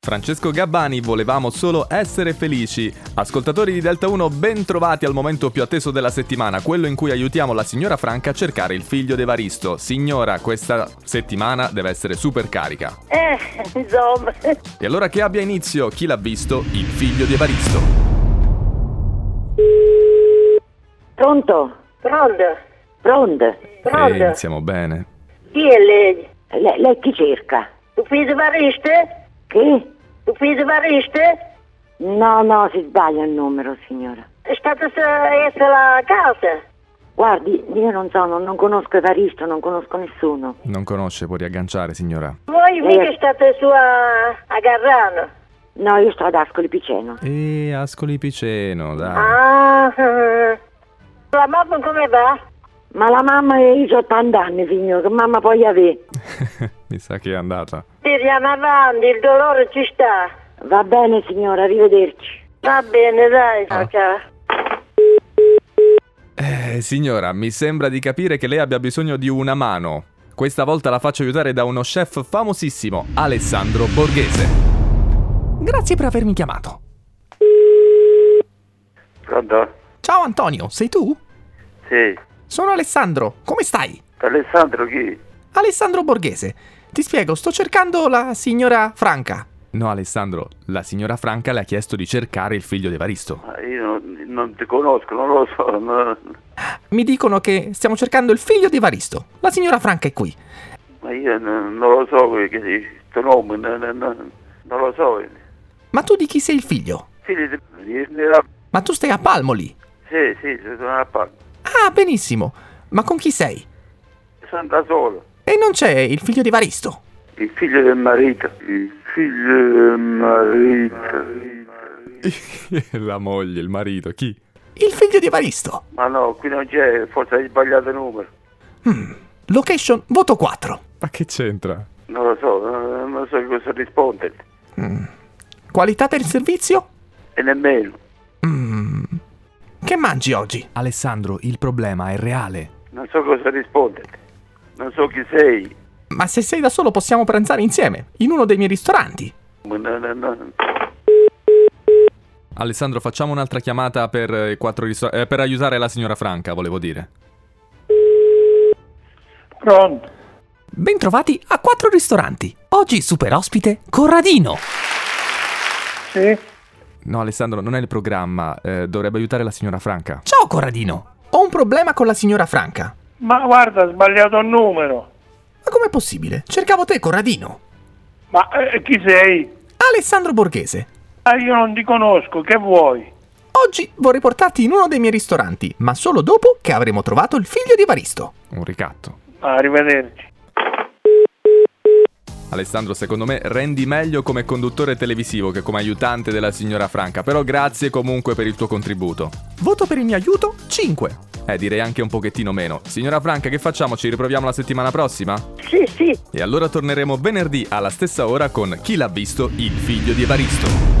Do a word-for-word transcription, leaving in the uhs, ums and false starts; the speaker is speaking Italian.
Francesco Gabbani, volevamo solo essere felici. Ascoltatori di Delta uno, ben trovati al momento più atteso della settimana, quello in cui aiutiamo la signora Franca a cercare il figlio di Evaristo. Signora, questa settimana deve essere super carica. Eh, insomma. E allora che abbia inizio, chi l'ha visto? Il figlio di Evaristo. Pronto? Pronto? Pronto? Pronto? E iniziamo bene. Chi è lei? Lei, lei chi cerca? Tu figlio di Evaristo? Che? Tu figlio di Evaristo? No, no, si sbaglia il numero, signora. È stata essere la casa? Guardi, io non so, non, non conosco Evaristo, non conosco nessuno. Non conosce, può riagganciare, signora. Voi mica state su a, a Garrano? No, io sto ad Ascoli Piceno. E Ascoli Piceno, dai. Ah, la mamma come va? Ma la mamma io ho ottanta anni, signore, che mamma poi avere? Mi sa che è andata. Tiriamo avanti, il dolore ci sta. Va bene, signora, arrivederci. Va bene, dai, ciao, Ah. ciao. Eh, signora, mi sembra di capire che lei abbia bisogno di una mano. Questa volta la faccio aiutare da uno chef famosissimo, Alessandro Borghese. Grazie per avermi chiamato. Pronto? Ciao Antonio, sei tu? Sì. Sono Alessandro, come stai? Alessandro chi? Alessandro Borghese. Ti spiego, sto cercando la signora Franca. No, Alessandro, la signora Franca le ha chiesto di cercare il figlio di Evaristo. Ma io non, non ti conosco, non lo so. Non... Mi dicono che stiamo cercando il figlio di Evaristo. La signora Franca è qui. Ma io non, non lo so che questo nome, non, non, non, non lo so. Ma tu di chi sei il figlio? Figlio di... di- Ma tu stai a Palmoli. Sì, sì, sono a Palma. Ah, benissimo. Ma con chi sei? Sono da solo. E non c'è il figlio di Evaristo? Il figlio del marito. Il figlio del marito. La moglie, il marito, chi? Il figlio di Evaristo. Ma no, qui non c'è, forse hai sbagliato il numero. Hmm. Location, voto quattro. Ma che c'entra? Non lo so, non, non so cosa risponderti. Mm. Qualità del servizio? E nemmeno. Mm. Che mangi oggi? Alessandro, il problema è reale. Non so cosa risponderti. Non so chi sei. Ma se sei da solo possiamo pranzare insieme, in uno dei miei ristoranti. No, no, no. Alessandro, facciamo un'altra chiamata per eh, quattro ristor- eh, per aiutare la signora Franca, volevo dire. Pronto? Bentrovati a quattro ristoranti. Oggi super ospite Corradino. Sì? No, Alessandro, non è il programma. Eh, dovrebbe aiutare la signora Franca. Ciao, Corradino. Ho un problema con la signora Franca. Ma guarda, ho sbagliato il numero. Ma com'è possibile? Cercavo te, Corradino. Ma eh, chi sei? Alessandro Borghese. Ah, io non ti conosco, che vuoi? Oggi vorrei portarti in uno dei miei ristoranti, ma solo dopo che avremo trovato il figlio di Evaristo. Un ricatto. Arrivederci. Alessandro, secondo me rendi meglio come conduttore televisivo che come aiutante della signora Franca, però grazie comunque per il tuo contributo. Voto per il mio aiuto cinque. Eh, direi anche un pochettino meno. Signora Franca, che facciamo? Ci riproviamo la settimana prossima? Sì, sì. E allora torneremo venerdì alla stessa ora con Chi l'ha visto? Il figlio di Evaristo.